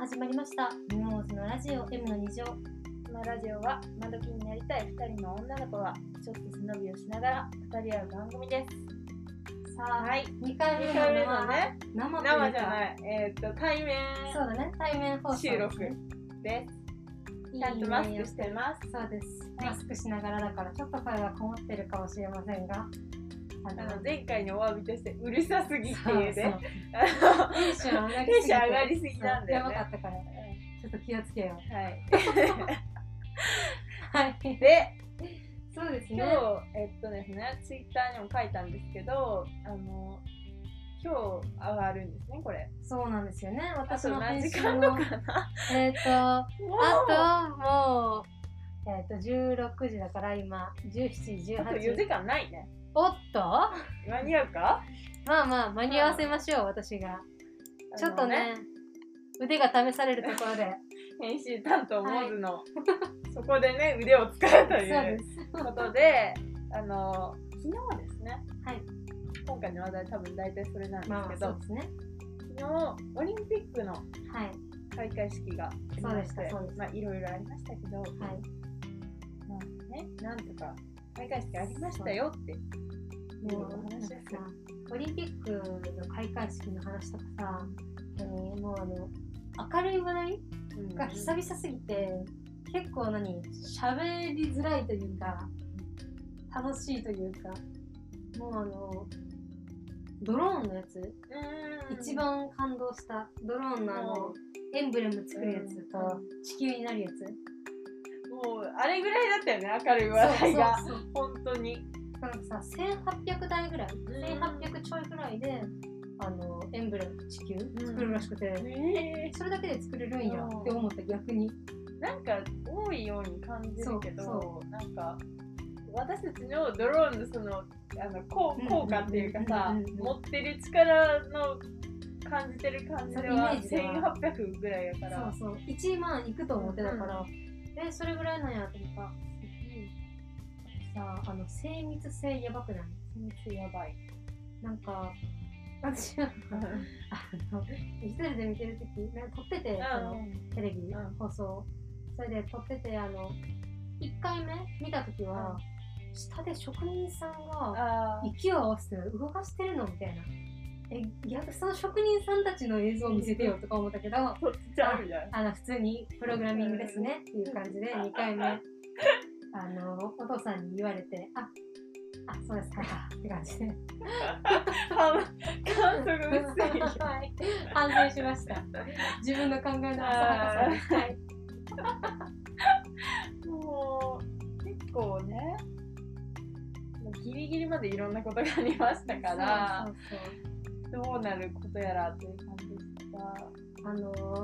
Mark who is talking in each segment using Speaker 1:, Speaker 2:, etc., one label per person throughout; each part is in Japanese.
Speaker 1: 始まりました。ミモーズのラジオ M の2乗。
Speaker 2: このラジオは今時になりたい2人の女の子がちょっと背伸びをしながら語り合う番組です。
Speaker 1: さあ、
Speaker 2: はい、
Speaker 1: 2回目の
Speaker 2: ね、
Speaker 1: 生
Speaker 2: じゃない、対面
Speaker 1: そうだね、対面放送
Speaker 2: 収録です。ちゃんとマスクしてます。
Speaker 1: そうです、マスクしながらだからちょっと声がこもってるかもしれませんが、
Speaker 2: 前回のお詫びとしてうるさすぎっていうね、
Speaker 1: テンション上がりすぎ
Speaker 2: なんだよね。
Speaker 1: やばかったから、ちょっと気をつけよう。
Speaker 2: はい
Speaker 1: はい
Speaker 2: で、
Speaker 1: そうですね、
Speaker 2: 今日ですね、ツイッターにも書いたんですけど、今日上がるんですね、これ。
Speaker 1: そうなんですよね。私の
Speaker 2: 何時
Speaker 1: 編集の
Speaker 2: 間後かな
Speaker 1: あともう16時だから今17時18時。
Speaker 2: あと4時間ないね。
Speaker 1: おっと
Speaker 2: 間に合うか。
Speaker 1: まあまあ間に合わせましょう、私がちょっとね腕が試されるところで
Speaker 2: 編集担当モーズの、そこでね腕を使うということで昨日ですね、
Speaker 1: はい、
Speaker 2: 今回の話題多分大体それなんですけど、
Speaker 1: まあそうですね、
Speaker 2: 昨日オリンピックの開会式がありまして、まあいろいろありましたけど、はい、まあね、なんとか開会式ありましたよっていうお話ですよ。
Speaker 1: オリンピックの開会式の話とかさ、もう明るい話題が久々すぎて、結構喋りづらいというか楽しいというか、もうドローンのやつ、一番感動した。ドローンのエンブレム作るやつと地球になるやつ、
Speaker 2: もうあれぐらいだったよね、明るい話題が。本当に
Speaker 1: なんかさ、1800台ぐらい、1800ちょいぐらいでエンブレム地球作るらしくて、それだけで作れるんやって思った。逆に
Speaker 2: なんか多いように感じるけど、なんか私たちのドローンのその効果っていうかさ、持ってる力の感じてる感じでは1800ぐらいやから、
Speaker 1: そう1万いくと思ってたから、それぐらいなんやと思った。さあ、精密性やばくない？
Speaker 2: 精密性やばい。
Speaker 1: なんか私は一人で見てるとき撮ってて、テレビ放送、それで撮ってて、1回目見たときは、下で職人さんが息を合わせて動かしてるのみたいな。逆その職人さんたちの映像を見せてよとか思ったけど、普通にプログラミングですねっていう感じで2回目お父さんに言われて、そうですかって感じで
Speaker 2: 感想が薄い。
Speaker 1: 反省しました。自分の考えの浅はかさです。はい。
Speaker 2: もう結構ね、ギリギリまでいろんなことがありましたから、どうなることやらという感じでした。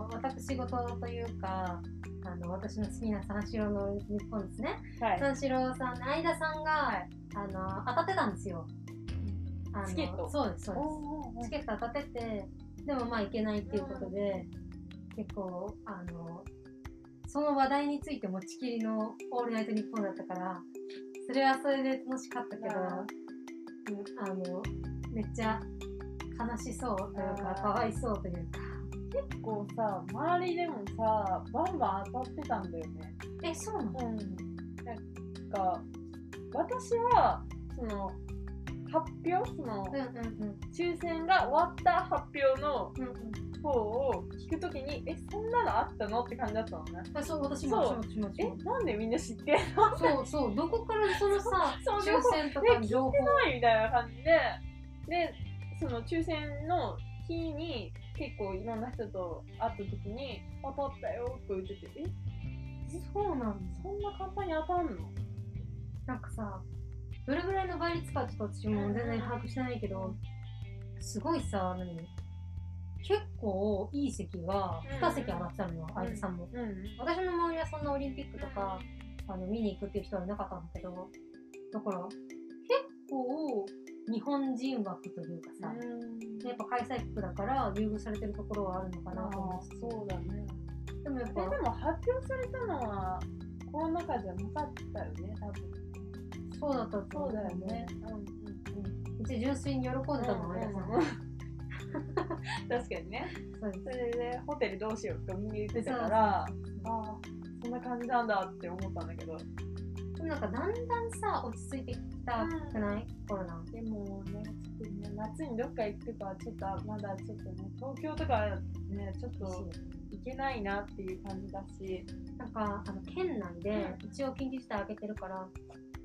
Speaker 1: 私事というか、私の好きな三四郎の日本ですね、三四郎さんの相田さんが、当たってたんですよ。
Speaker 2: チケット。
Speaker 1: そうです。チケット当たってて、でもまあ行けないっていうことで、結構その話題について持ちきりのオールナイトニッポンだったから、それはそれで楽しかったけど、めっちゃ悲しそうというか、かわいそうというか。
Speaker 2: 結構さ、周りでもさ、バンバン当たってたんだよね。
Speaker 1: そうなの？
Speaker 2: なんか私はその発表、抽選が終わった発表の方を聞くときに、そんなのあったのって感じだったのね。
Speaker 1: そう、私も。
Speaker 2: なんでみんな知ってんの？
Speaker 1: そう、どこからそのさ、抽選とか情報
Speaker 2: 聞いてないみたいな感じで、その抽選の日に結構いろんな人と会った時に当たったよって言ってて、
Speaker 1: そうなんだ。
Speaker 2: そんな簡単に当たんの？
Speaker 1: なんかさ、どれぐらいの倍率かちょっと私も全然把握してないけど、すごいさ、結構いい席が2席上がってたのよ、相手さんも。私の周りはそんなオリンピックとか見に行くっていう人はいなかったんだけど、だから結構日本人枠というかさ、やっぱ開催国だから優遇されてるところはあるのかなと思って。
Speaker 2: そうだね。
Speaker 1: でもやっぱ
Speaker 2: でも発表されたのはコロナ禍じゃなかったよね、多分。
Speaker 1: そうだったと思う。
Speaker 2: そうだよね。
Speaker 1: うち純粋に喜んでたの、相田さん。
Speaker 2: 確かにね。
Speaker 1: そうです。
Speaker 2: それでホテルどうしようとかみんな言ってたから、ああそんな感じなんだって思ったんだけど、
Speaker 1: でもなんかだんだんさ落ち着いてきたくない、コロナ。
Speaker 2: でもね、ちょっとね、夏にどっか行くかちょっとまだちょっとね、東京とかねちょっと行けないなっていう感じだし、
Speaker 1: なんか県内で一応緊急事態開けてるから、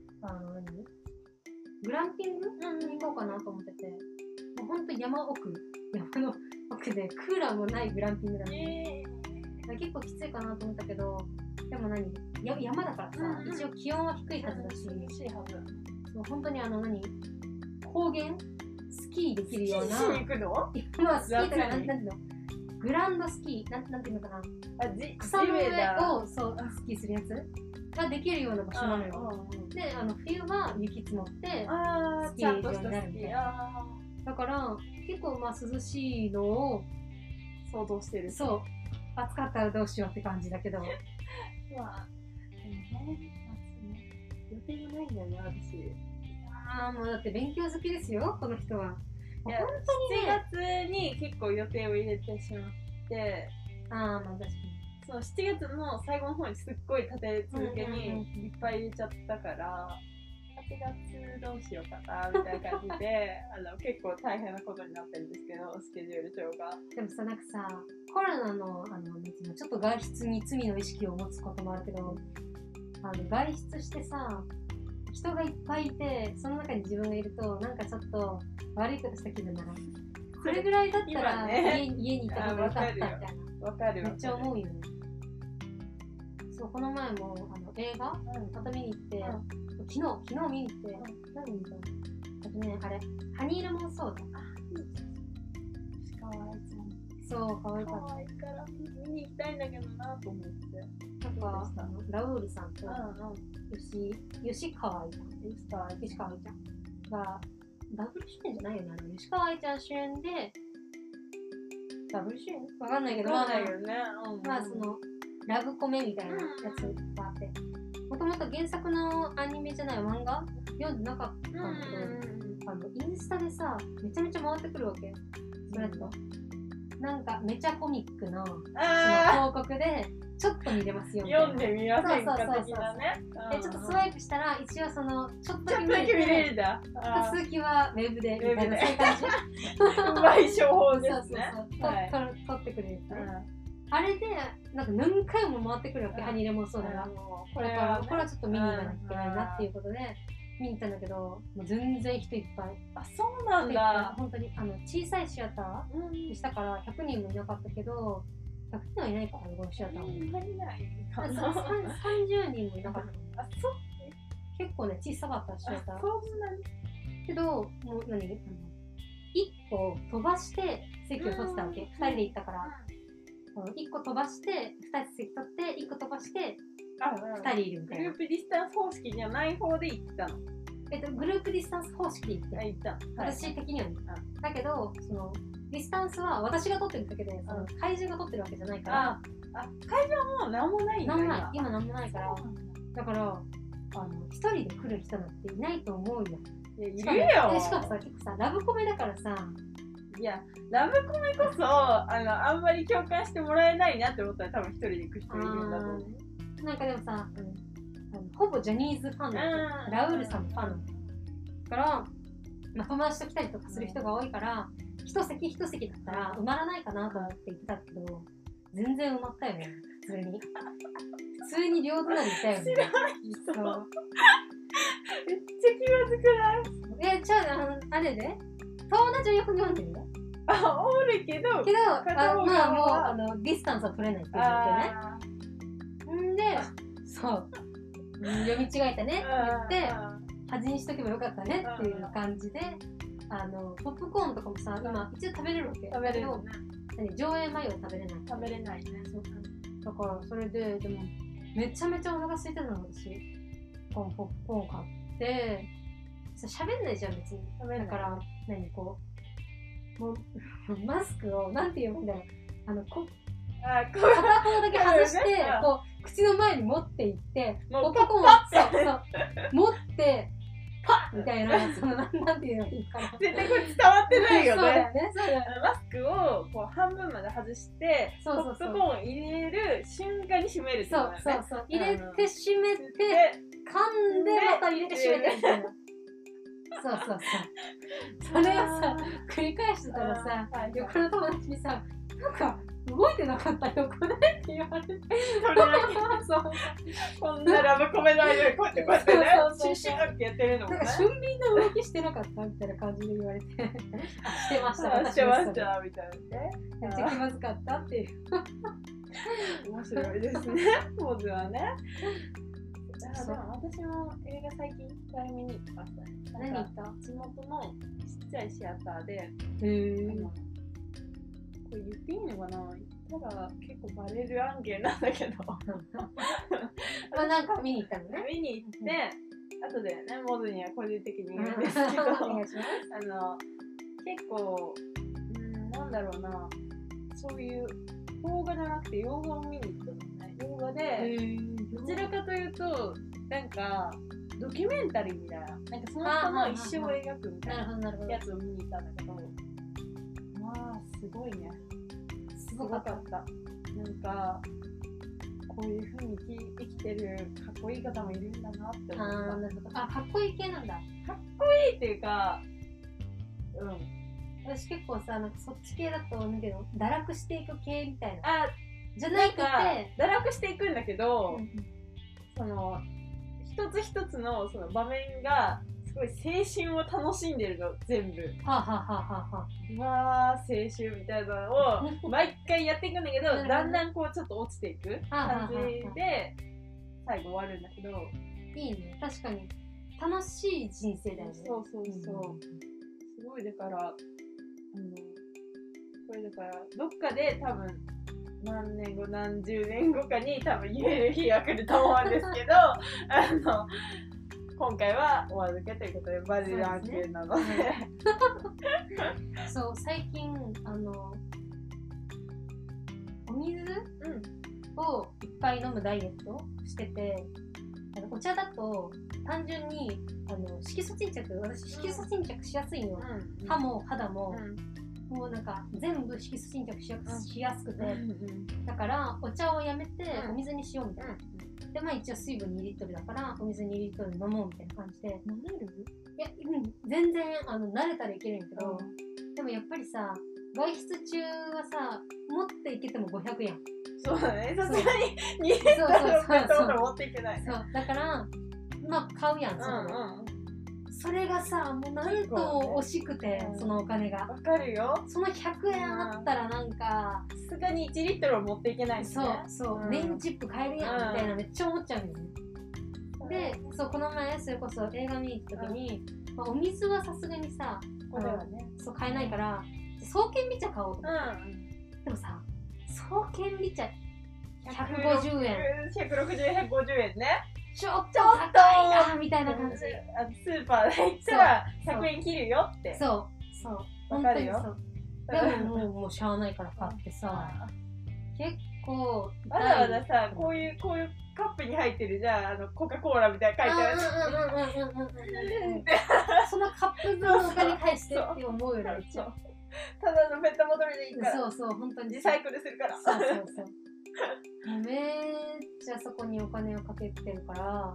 Speaker 1: グランピングに行こうかなと思ってて、もうほんと山の奥でクーラーもないグランピングなのに、結構きついかなと思ったけど、でも山だからさ、一応気温は低いはずだし、そう本当に高原スキーできるような、
Speaker 2: スキー行くの？
Speaker 1: まあスキーとかなんていうの、グランドスキーなんていうのかな、草の上をそうスキーするやつができるような場所なのよ。で冬は雪積もってスキー場になるみたいな。だから結構まあ涼しいのを
Speaker 2: 想像してる。
Speaker 1: そう、暑かったらどうしようって感じだけど。
Speaker 2: まあ予定がないんだよね、私。
Speaker 1: もうだって勉強好きですよ、この人は。
Speaker 2: いや、
Speaker 1: 本当にね、
Speaker 2: 7月に結構予定を入れてしまって、
Speaker 1: まあ確かに。
Speaker 2: そう、7月の最後の方にすっごい立て続けにいっぱい入れちゃったから、8月どうしようかなみたいな感じで結構大変なことになってるんですけど、スケジュール帳が。
Speaker 1: でもさ、なんかさ、コロナのちょっと外出に罪の意識を持つこともあるけど、外出してさ、人がいっぱいいて、その中に自分がいると、なんかちょっと悪いことした気分なの。それぐらいだったら、家にいた方がよかったみたいな。
Speaker 2: わかる。
Speaker 1: めっちゃ思うよね。そう、この前も映画また見に行って、昨日見に行って、何見たの？あれ、ハニーレモンソーダ。
Speaker 2: かわいちゃん。
Speaker 1: そう、かわいかった。
Speaker 2: かわいいから見に行きたいんだけどなと思って。
Speaker 1: なんかラウールさんと吉川愛ちゃんがダブル主演じゃないよね。吉川愛ちゃん主演でダブル主演わかんないけど、まあそのラブコメみたいなやつがあって、もともと原作のアニメじゃない漫画読んでなかったんだけど、インスタでさめちゃめちゃ回ってくるわけ。それとなんかめちゃコミックのその広告でちょっと見れますよみたいな。
Speaker 2: 読んでみませんか的なね。
Speaker 1: ちょっとスワイプしたら一応そのちょっとだけ
Speaker 2: 見れるんだ。
Speaker 1: 続きはウェブでみたいな、そういう感じ。
Speaker 2: うまい商法ですね。
Speaker 1: 撮ってくれるやつね。あれでなんか何回も回ってくるわけ、ハニーレモンソーダが。これはちょっと見に行かなきゃいけないなっていうことで見に行ったんだけど、もう全然人いっぱい。
Speaker 2: あ、そうなんだ。
Speaker 1: 本当に小さいシアターにしたから100人もいなかったけど、100人はいないから、このシアターも。30人もいなかった。結構ね、小さかったシアター。
Speaker 2: そんなに
Speaker 1: けど、もう1個飛ばして席を取ってたわけ。2人で行ったから。1個飛ばして、2人席取って、1個飛ばして、2人いるみたいな。
Speaker 2: グループディスタンス方式じゃない方で行ったの？
Speaker 1: グループディスタンス方式で行って。
Speaker 2: 行った。
Speaker 1: 私的にはね。だけど、その、ディスタンスは私が取ってるだけで、会場が取ってるわけじゃないから。
Speaker 2: 会場はもう何もないんだ。
Speaker 1: 今何もないから。だから、一人で来る人なんていないと思うよ。
Speaker 2: いるよ。
Speaker 1: しかもさ、結構さ、ラブコメだからさ。
Speaker 2: いや、ラブコメこそ、あんまり共感してもらえないなって思ったら多分一人で行く人いるんだと思う。
Speaker 1: なんかでもさ、ほぼジャニーズファンなんだよ。ラウールさんのファンなんだよ。だから、まあ、友達と来たりとかする人が多いから、一席だったら埋まらないかなと思って言ってたけど、全然埋まったよね、普通に両隣いたよね。
Speaker 2: 知らない人。めっちゃ気まずくない？
Speaker 1: じゃあ、あれで友達をよく読んでるよ。
Speaker 2: おるけど、
Speaker 1: まあもうディスタンスは取れないっていう状況ね。んで、そう、読み違えたねって言って、端にしとけばよかったねっていう感じで、ポップコーンとかもさ、今一応食べれるわけ。
Speaker 2: 食べれるね。
Speaker 1: 上映前は食べれない。
Speaker 2: 食べれないね。
Speaker 1: だからそれで、でもめちゃめちゃお腹空いてたの私。ポップコーン買って喋んないじゃん別に。だからもうマスクをなんて言うんだろう、片方だけ外してこう口の前に持っていってポップコーンを持ってパッみたいな、なんていうのいいかな。
Speaker 2: 絶対これ伝わってないよね。
Speaker 1: そうだよね。
Speaker 2: マス半分まで外してポップコーン入れる瞬間に閉めるってことだよね。
Speaker 1: そう入れて閉めて噛んでまた入れて閉めてみたいな。そうそれをさ繰り返してたらさ、横の友達にさなんか動いてなかったよこれって言われて、それだけそう
Speaker 2: こんなラブコメの間にこうやってねシュシューってやってるのもね、
Speaker 1: なんか俊敏な動きしてなかったみたいな感じで言われてしてました
Speaker 2: してましたみたいなね、
Speaker 1: めっちゃ気まずかったっていう
Speaker 2: 面白いですねポーズはね。でも私も映画最近2回見に行きましたね。
Speaker 1: 何行った？
Speaker 2: 地元のちっちゃいシアターで、これ言っていいのかな、言ったら結構バレる案件なんだけどま
Speaker 1: あなんか見に行ったのね。
Speaker 2: 見に行って、後でねモズには個人的に言うんですけど結構なんだろうな、そういう邦画じゃなくて洋画を見に行ったのね。洋画でどちらかというとなんかドキュメンタリーみたいな、なんかその人の一生を描くみたいなやつを見に行ったんだけど、まあすごいね、すごかった。なんかこういう風に生きてるかっこいい方もいるんだなって思った。
Speaker 1: なるほど。あ、かっこいい系なんだ。
Speaker 2: かっこいいっていうか、
Speaker 1: 私結構さ、なんかそっち系だと思うけど、堕落していく系みたいな。じゃ
Speaker 2: なくて、堕落していくんだけど、その一つ一つのその場面がすごい青春を楽しんでるの全部。うわー青春みたいなのを毎回やっていくんだけどだんだんこうちょっと落ちていく感じで最後終わるんだけど、
Speaker 1: いいね、確かに楽しい人生だよね。
Speaker 2: そうすごいだからこれだからどっかで多分何年後何十年後かに多分言える日が来ると思うんですけど今回はお預けということでバレる案件なので
Speaker 1: そう、最近お水をいっぱい飲むダイエットしてて、お茶だと単純に色素沈着、私色素沈着しやすいの、歯も肌も、もうなんか全部色素沈着しやすくて、だからお茶をやめてお水にしようみたいな。でまあ一応水分2リットルだからお水2リットル飲もうみたいな感じで。飲める？いや、全然慣れたらいけるんやけど、でもやっぱりさ外出中はさ持っていけても500円。
Speaker 2: そうだね、さすがに2リットルのペットボトル持っていけない。
Speaker 1: そうだからまあ買うやん、それがさもうなんとも惜しくて、そのお金が。わ
Speaker 2: かるよ。その
Speaker 1: 100円あったらなんか
Speaker 2: さすがに1リットルを持っていけないしね。
Speaker 1: 年チップ買えるやんみたいなめっちゃ思っちゃうんだよね。で、そうこの前それこそ映画見に行った時に、お水はさすがにさそう買えないから爽健美茶買おうと思って。でもさ爽健美茶150円
Speaker 2: 160円150円ね、
Speaker 1: ちょっと高いなみたいな感じ。
Speaker 2: スーパーで行ったら100円切るよって。
Speaker 1: そう
Speaker 2: わかるよ。
Speaker 1: でももうしゃあないから買ってさ、結構
Speaker 2: わざわざさこういうカップに入ってるじゃあコカ・コーラみたいな書いてある。
Speaker 1: そのカップ分のお金返してって思うよね。
Speaker 2: ただのペットボトルでいいから。
Speaker 1: 本当に
Speaker 2: リサイクルするから。
Speaker 1: めっちゃそこにお金をかけてるから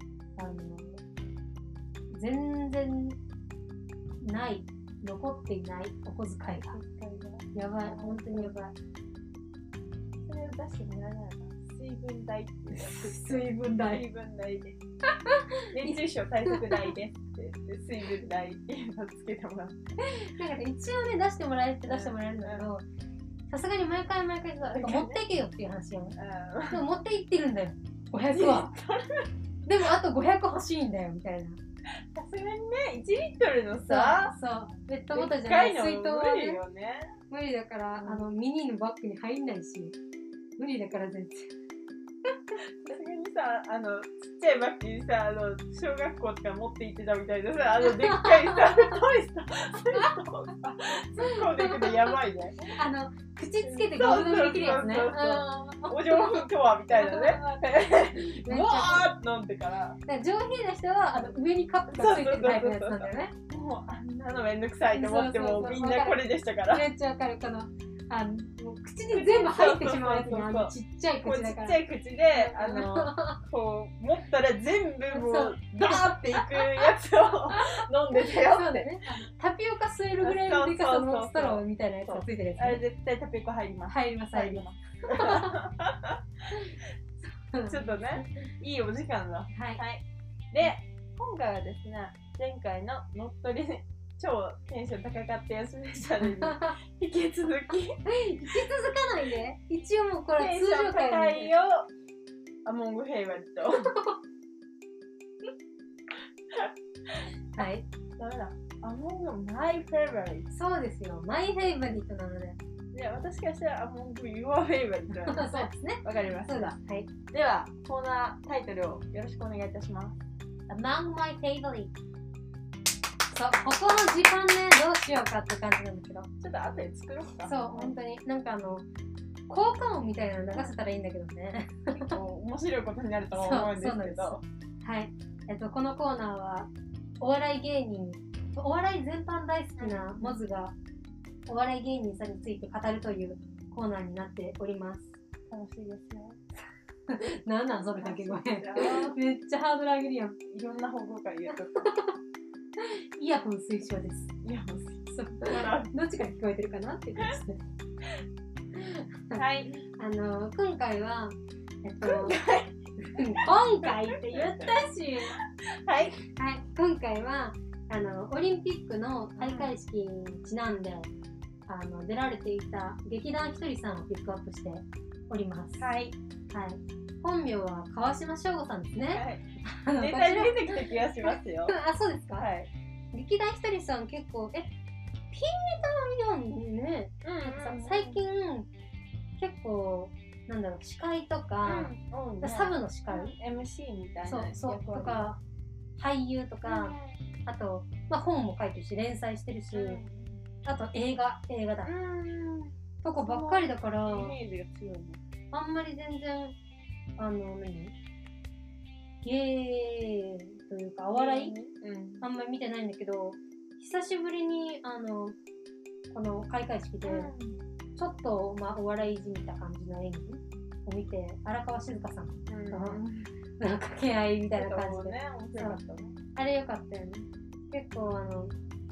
Speaker 1: 全然ない残っていないお小遣いがやばい、本当にやばい。
Speaker 2: それを出してもらえないな。水分代ってやつ。
Speaker 1: 水分代
Speaker 2: で熱中症対策代ですって言って水分代っていうのをつけてもらってなんか、
Speaker 1: ね、一応ね出してもらえるんだけど、さすがに毎回さ持っていけよっていう話よ。でも持って行ってるんだよ500はでもあと500欲しいんだよみたいな。
Speaker 2: さすがにね1リットルのさ
Speaker 1: ペットボトルじゃない
Speaker 2: 水筒はね
Speaker 1: 無理だから、ミニのバッグに入んないし無理だから全然。
Speaker 2: さすがにさちっちゃいバッグにさ小学校とか持って行ってたみたいなさでっかいさトイスターをさ突っ込んでいくのやばいね。
Speaker 1: 口つけてゴム飲みできるやつね。
Speaker 2: お上品とはみたいなね。わーって飲んでから。
Speaker 1: 上品な人は上にカップがついてるタイプのやつなんだよね。
Speaker 2: もうあんなのめんどくさいと思ってもみんなこれでしたから。
Speaker 1: めっちゃわかる。 もう口に全部入ってしまうやつね、ちっちゃい口だから。
Speaker 2: ちっちゃい口で、こう、持ったら全部もう、ダーっていくやつを飲んでたよって。
Speaker 1: そうだね。タピオカ吸えるぐらいのでかさのストローみたいなやつがついてるやつ。
Speaker 2: あれ絶対タピオカ入ります。
Speaker 1: 入ります。
Speaker 2: ちょっとね、いいお時間だ。
Speaker 1: はい。
Speaker 2: で、今回はですね、前回の乗っ取り超テンション高かったやスペシャルに引き続か
Speaker 1: ないで。一応もうこれ
Speaker 2: 通常回高いよ。アモングフェイバリット。
Speaker 1: はい。
Speaker 2: ダメだ。アモングマイフェイバリット。
Speaker 1: そうですよ。マイフェイバリットなので。
Speaker 2: じゃあ私からしたらアモングユアフェイバリットなんですね。
Speaker 1: そうですね。
Speaker 2: わかりました。
Speaker 1: はい。
Speaker 2: ではコーナータイトルをよろしくお願いいたします。
Speaker 1: Among my favorite。そう、ここの時間ね、どうしようかって感じなんだけど。
Speaker 2: ちょっと後で作ろうか。
Speaker 1: そう、本当に。なんか効果音みたいなの流せたらいいんだけどね。
Speaker 2: 面白いことになると思うんですけど。
Speaker 1: はい。このコーナーは、お笑い芸人、お笑い全般大好きなモズが、お笑い芸人さんについて語るというコーナーになっております。
Speaker 2: 楽しいですよ。
Speaker 1: なんなんそれ掛け声。めっちゃハードル上げるやん。
Speaker 2: いろんな方向から言うと。
Speaker 1: イヤホン推奨です。
Speaker 2: イヤホン推奨。
Speaker 1: どっちから聞こえてるかなっていう感じで。
Speaker 2: はい。
Speaker 1: 今回は、今回って言ったし。
Speaker 2: はい。
Speaker 1: はい。今回は、オリンピックの開会式にちなんで、出られていた劇団ひとりさんをピックアップしております。
Speaker 2: はい。
Speaker 1: はい。本名は川島翔吾さんですね。
Speaker 2: はい。絶対出てきた気がしますよ。
Speaker 1: あ、そうですか。
Speaker 2: はい。
Speaker 1: 劇団ひとりさん結構ピンネタやんね。最近結構なんだろう司会とか、サブの司会、
Speaker 2: MC みたいな
Speaker 1: そうとか俳優とか、あと本も書いてるし連載してるし、あと映画だ。とかばっかりだから
Speaker 2: イメージが強いね。
Speaker 1: あんまり全然芸というかお笑い、あんまり見てないんだけど、久しぶりにこの開会式でちょっとお笑いいじみた感じの演技を見て、荒川静香さんの掛け合いみたいな感じで、あれよかったよね。結構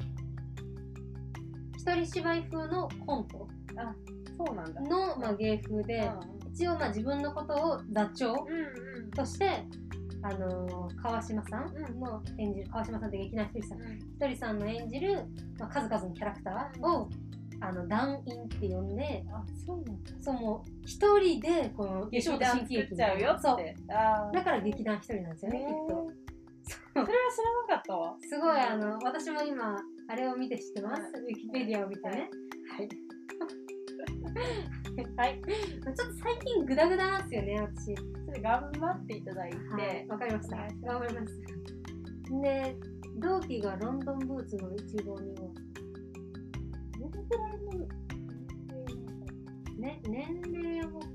Speaker 1: 一人芝居風のコントの芸風で、一応自分のことを座長として川島さんの演じる、川島さんって劇団ひとりさん、ひとりさんの演じる、数々のキャラクターを団員って呼んで、そうもう一人でこの
Speaker 2: 吉本新喜劇みたいな、そう
Speaker 1: だから劇団ひとりなんですよね、きっと。
Speaker 2: それは知らなかったわ。
Speaker 1: すごい私も今あれを見て知ってます。ウィキペディアを見てね。はい。ちょっと最近グダグダなんですよね、私。
Speaker 2: それ頑張っていただいて。
Speaker 1: わかりました。頑張ります。で、同期がロンドンブーツの1号2号。どのくらいの年齢を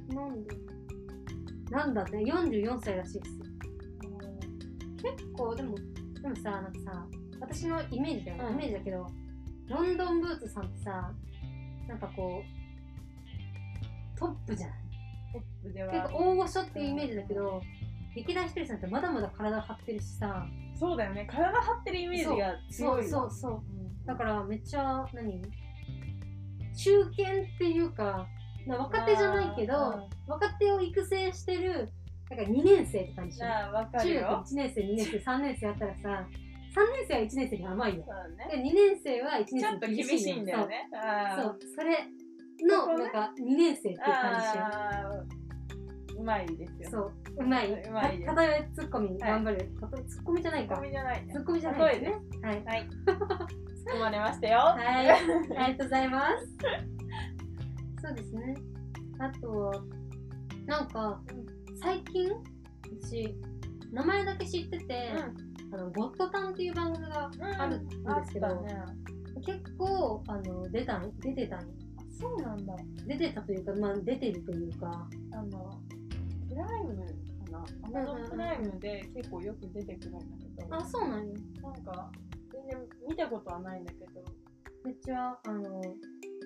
Speaker 1: なんだって44歳らしいです。結構でもさ、なんかさ、私のイメージだよ、イメージだけど、ロンドンブーツさんってさ、なんかこうトップじゃない？
Speaker 2: トップでは
Speaker 1: 結構大御所っていうイメージだけど、劇団ひとりさんってまだまだ体張ってるしさ。
Speaker 2: そうだよね、体張ってるイメージが強い。
Speaker 1: そう、だからめっちゃ中堅っていうか、若手じゃないけど、若手を育成してるなんか2年生って感じ。
Speaker 2: わかるよ。
Speaker 1: 中学1年生、2年生、3年生やったらさ、3年生は1年生に甘いよ。
Speaker 2: そうね。
Speaker 1: で2年生は1年生に
Speaker 2: ちょっと厳しいんだよね。
Speaker 1: そう、それのなんか2年生っていう感じ。
Speaker 2: うまいですよ。
Speaker 1: そう、うまい。たとえツッコミ頑張る。ツッコミじゃないか。
Speaker 2: ツッコミじゃない。
Speaker 1: ツッコミじゃないですね。はい。
Speaker 2: 突っ込まれましたよ。
Speaker 1: はい。ありがとうございます。そうですね。あとなんか最近私名前だけ知ってて、ゴッドタンっていう番組があるんですけど、結構出てたんよ。
Speaker 2: そうなんだ。
Speaker 1: 出てたというか、出てるというか、
Speaker 2: プライムかな、Amazon プライムで結構よく出てくるんだけど。
Speaker 1: あ、そうなんよ。
Speaker 2: なんか全然見たことはないんだけど、
Speaker 1: めっちゃ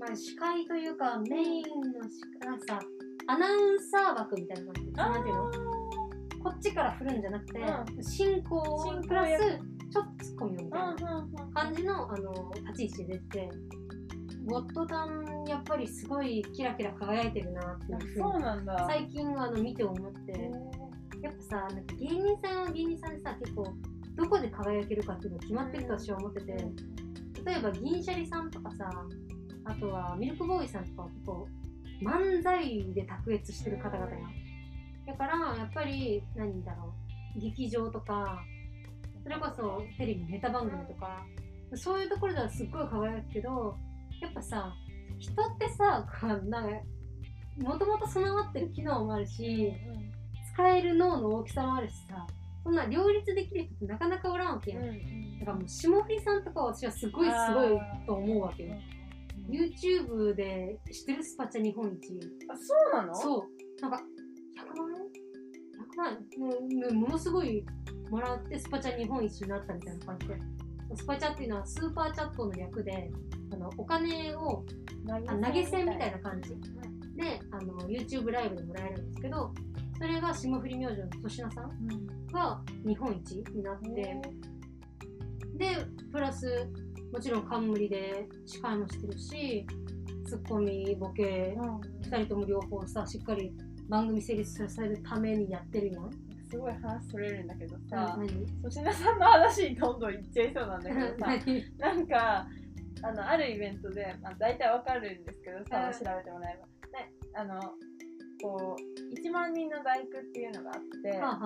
Speaker 1: まあ、司会というかメインのさアナウンサー枠みたいな感じ。なんていうの、こっちから振るんじゃなくて、進行プラスちょっとツッコミみたいな感じの、立ち位置で出て、ゴッドタンやっぱりすごいキラキラ輝いてるなっていうふうに最近見て思って、やっぱさ、なんか芸人さんは芸人さんでさ、結構どこで輝けるかっていうのが決まってると私は思ってて、例えば銀シャリさんとかさ、あとはミルクボーイさんとかは結構漫才で卓越してる方々や。だからやっぱり何だろう、劇場とかそれこそテレビネタ番組とかそういうところではすっごい輝くけど、やっぱさ人ってさ、なんかもともと備わってる機能もあるし、使える脳の大きさもあるしさ、そんな両立できる人ってなかなかおらんわけやん。だからもう霜降りさんとかは私はすごいと思うわけよ。YouTube で知ってるスパチャ日本一。
Speaker 2: あ、そうなの？
Speaker 1: そう。なんか100万円？100万円ものすごいもらってスパチャ日本一になったみたいな感じで。スパチャっていうのはスーパーチャットの略で、お金を投げ銭みたいな感じでYouTube ライブでもらえるんですけど、それが霜降り明星の粗品さんが日本一になって、でプラスもちろん冠で司会もしてるし、ツッコミボケ2人とも両方さしっかり番組成立させるためにやってるやん。
Speaker 2: すごい話それるんだけどさ、粗品さんの話にどんどんいっちゃいそうなんだけどさなんかあるイベントで、大体わかるんですけどさ、調べてもらえばね、こう1万人の第九っていうのがあって、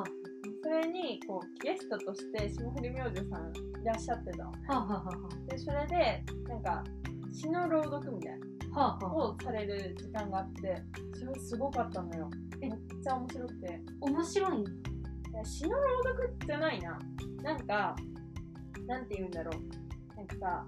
Speaker 2: それにこうゲストとして霜降り明星さんいらっしゃってたのね。でそれでなんか詩の朗読みたいなをされる時間があって、それすごかったのよ。めっちゃ面白くて。面白い？詩の朗読じゃないな。なんかなんて言うんだろう。なんかさ、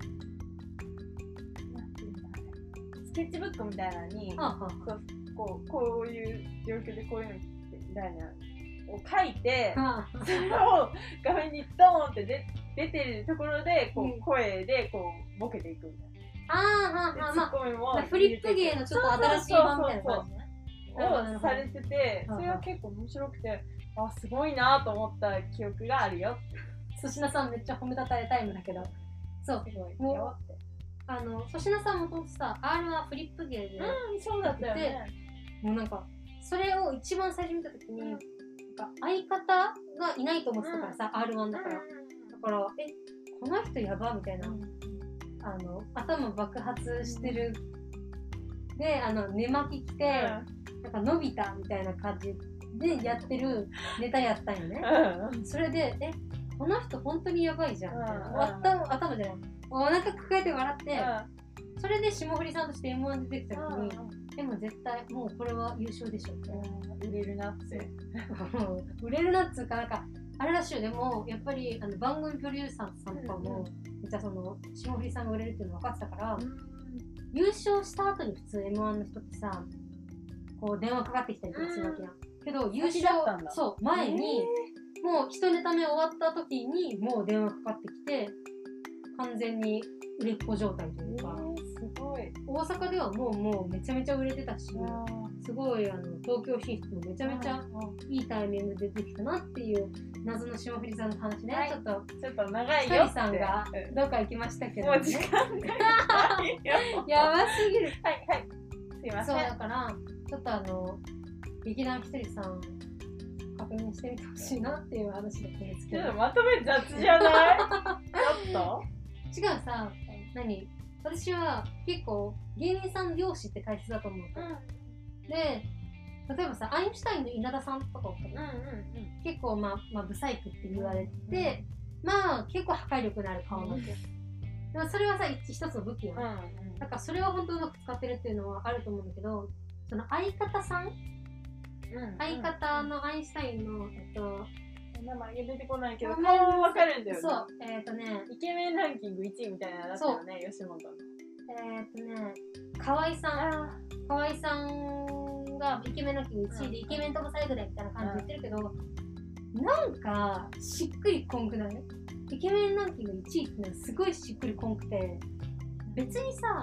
Speaker 2: なんて言うんだろう。スケッチブックみたいなのに、こういう状況でこういうのみたいなを書いて、それを画面にドーンって出てるところでこう声でこうボケていくみたいな。ツッコミも
Speaker 1: フリップ芸のちょっと新しい版みたいな感じね。
Speaker 2: をされてて、それは結構面白くて、あ、すごいなと思った記憶があるよ。
Speaker 1: 粗品さんめっちゃ褒めたたえタイムだけど、そう
Speaker 2: すごいよって。
Speaker 1: 粗品さんもともとさ、R はフリップ芸で、
Speaker 2: そうだったよね。
Speaker 1: もうなんかそれを一番最初見た時に、相方がいないと思ってたからさ、R1 だから、だからこの人やばみたいな、頭爆発してるで寝巻き着て、なんか伸びたみたいな感じでやってるネタやったんよね。それでこの人本当にやばいじゃんみたいな、頭じゃない、お腹抱えて笑って、それで霜降りさんとして M1 出てきた時に、でも絶対もうこれは優勝でしょって売れるなって売れるなっつうか、なんかあれらしいよ。でもやっぱり番組プロデューサーさんとかもめっちゃ霜降りさんが売れるっていうの分かってたから、優勝した後に普通 M1 の人ってさ、こう電話かかってきたりとかするわけやん。けど優勝そう前にもう一ネタ目終わった時にもう電話かかってきて、完全に売れっ子状態というか、すごい大阪ではもうめちゃめちゃ売れてたし、すごい東京進出もめちゃめちゃいいタイミングで出てきたなっていう謎の霜降りさんの話ね、ちょっと長いよって。ひとりさんがどっか行きましたけどね。もう時間がないよやばすぎる。はいはい、すいません。そうだからちょっと劇団ひとりさん確認してみてほしいなっていう話だったんですけど。ちょっとまとめ雑じゃない？ちょっと違うさ、私は結構芸人さん容姿って大切だと思う、で、例えばさ、アインシュタインの稲田さんとかおったら、結構ブサイクって言われて、結構破壊力のある顔なんですよ。でもそれはさ、一つの武器よね。だからそれは本当うまく使ってるっていうのはあると思うんだけど、その相方さん、相方のアインシュタインの名前が出てこないけど顔はわかるんだよね。そう、イケメンランキング1位みたいなのだったよね、吉本の。河合さんがイケメンランキング1位でイケメンとも最後でみたいな感じで言ってるけど、なんかしっくりこんくない？イケメンランキング1位ってのはすごいしっくりこんくて、別にさ、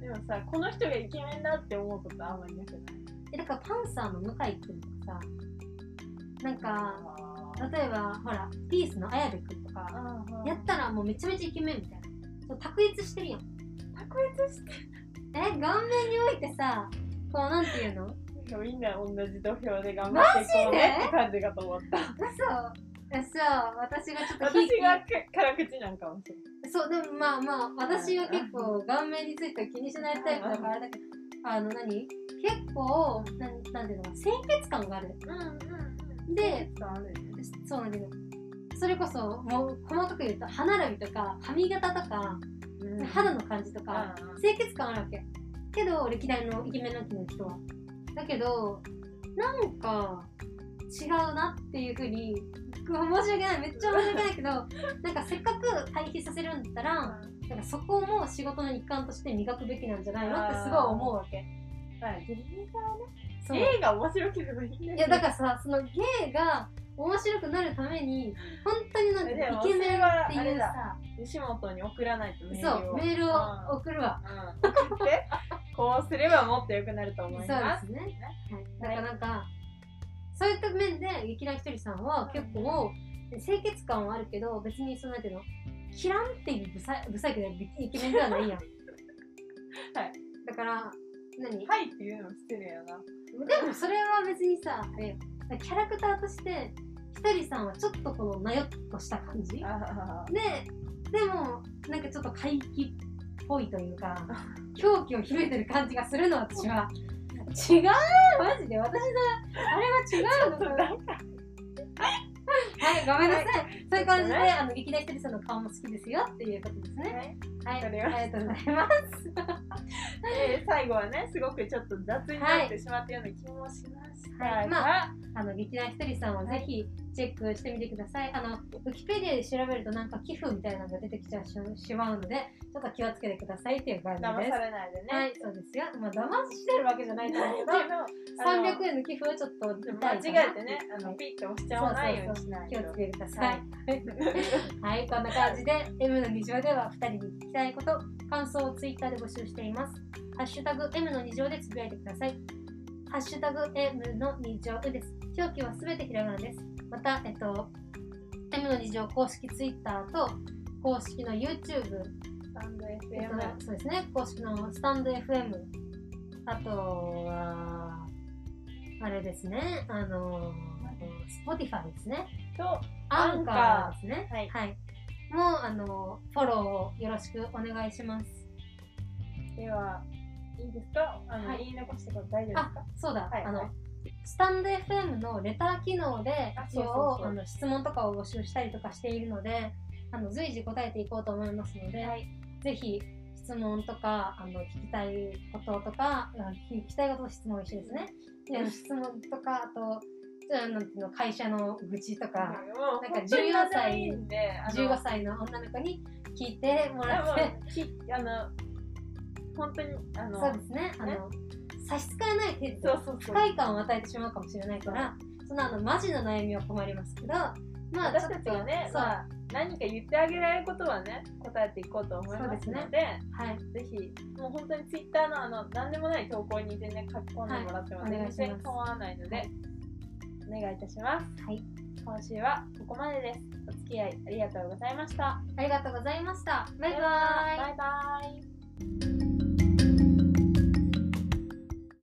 Speaker 2: でもさ、この人がイケメンだって思うことあんまりなくない？
Speaker 1: だからパンサーの向井くんとかさ、なんか例えばほらピースの綾部くんとかやったらもうめちゃめちゃイケメンみたいな、そう卓越してるやん。
Speaker 2: 卓越して
Speaker 1: 顔面においてさ、こうなんていうの、
Speaker 2: みんな同じ土俵で頑張っていこうねって感じかと思った。
Speaker 1: 嘘、私がちょっと
Speaker 2: 私が辛口なんかもしれない。
Speaker 1: そうでもまあ私は結構顔面については気にしないタイプだからあれだけど、結構なんていうのか清潔感がある。で、そうなんだけど、それこそもう細かく言うと歯並びとか髪型とか、肌の感じとか清潔感あるわけ。けど歴代のイケメンランキングの人はだけどなんか違うなっていう風に、申し訳ない、めっちゃ申し訳ないけどなんかせっかく対比させるんだったら、なんかそこも仕事の一環として磨くべきなんじゃないのってすごい思うわけ。
Speaker 2: 芸人さんはね、芸が面白ければいいんだよ。
Speaker 1: いやだからさ、その芸が面白くなるために本当になんかイケメンっていうさ、
Speaker 2: 吉本に送らないとメールを。
Speaker 1: そう、メールを送るわ。
Speaker 2: 送ってこうすればもっと良くなると思います。
Speaker 1: そうですね。だからなんかそういった面で劇団ひとりさんは結構清潔感はあるけど、別にそのなんていうの、キランっていうブサイクでイケメンではないやん。はい。だから
Speaker 2: はいっていうのも失礼やな。
Speaker 1: でもそれは別にさ、あれキャラクターとしてひとりさんはちょっとこのなよっとした感じで、でもなんかちょっと怪奇っぽいというか狂気を広げてる感じがするの、私は。違う、マジで私のあれは違うのかな。はい、ごめんなさい。そういう感じで劇団ひとりさんの顔も好きですよっていうことですね。はい、ありがとうございます。
Speaker 2: 最後はね、すごくちょっと雑になってしまったような気もしましたが、
Speaker 1: 劇団ひとりさんはぜひチェックしてみてください。ウィキペディアで調べるとなんか寄付みたいなのが出てきちゃうしまうので、ちょっと気をつけてくださいっていう感じです。
Speaker 2: 騙されないでね。
Speaker 1: はい、そうですよ。まあ騙してるわけじゃないと思うけど、300円の寄付はちょっと
Speaker 2: 間違えてね、ピッて押しちゃわないようにしないと。
Speaker 1: 気をつけてください。はい、こんな感じで M の2乗では2人に聞きたいこと、感想をツイッターで募集しています。ハッシュタグ M の2乗でつぶやいてください。ハッシュタグ M の2乗です。表記はすべてひらがなです。また、M の2乗公式ツイッターと公式の YouTube、
Speaker 2: スタンド FM、
Speaker 1: そうですね、公式のスタンド FM、あとは、あれですね、Spotify ですね。
Speaker 2: と、
Speaker 1: アンカーですね。
Speaker 2: はい。
Speaker 1: はい。もう、フォローをよろしくお願いします。
Speaker 2: では、いいですか？言い残したこと大丈夫ですか？
Speaker 1: そうだ。
Speaker 2: はい、
Speaker 1: スタンド FM のレター機能で一応質問とかを募集したりとかしているので、随時答えていこうと思いますので、ぜひ質問とか聞きたいこととか、聞きたいことと質問一緒ですね。質問とか、あとなんていうの、会社の愚痴とか、なんか15歳の女の子に聞いてもらって、
Speaker 2: 本当に
Speaker 1: そうですね、差し支えない程度不快感を与えてしまうかもしれないから、そのマジの悩みは困りますけど、
Speaker 2: 私たちがね、何か言ってあげられることはね、答えていこうと思いますので、ぜひもう本当にツイッターの何でもない投稿に全然書き込んでもらっても全然構わないので、お願いいたします。今週はここまでです。お付き合いありがとうございました。
Speaker 1: ありがとうございました。バイバイ。
Speaker 2: バイバイ。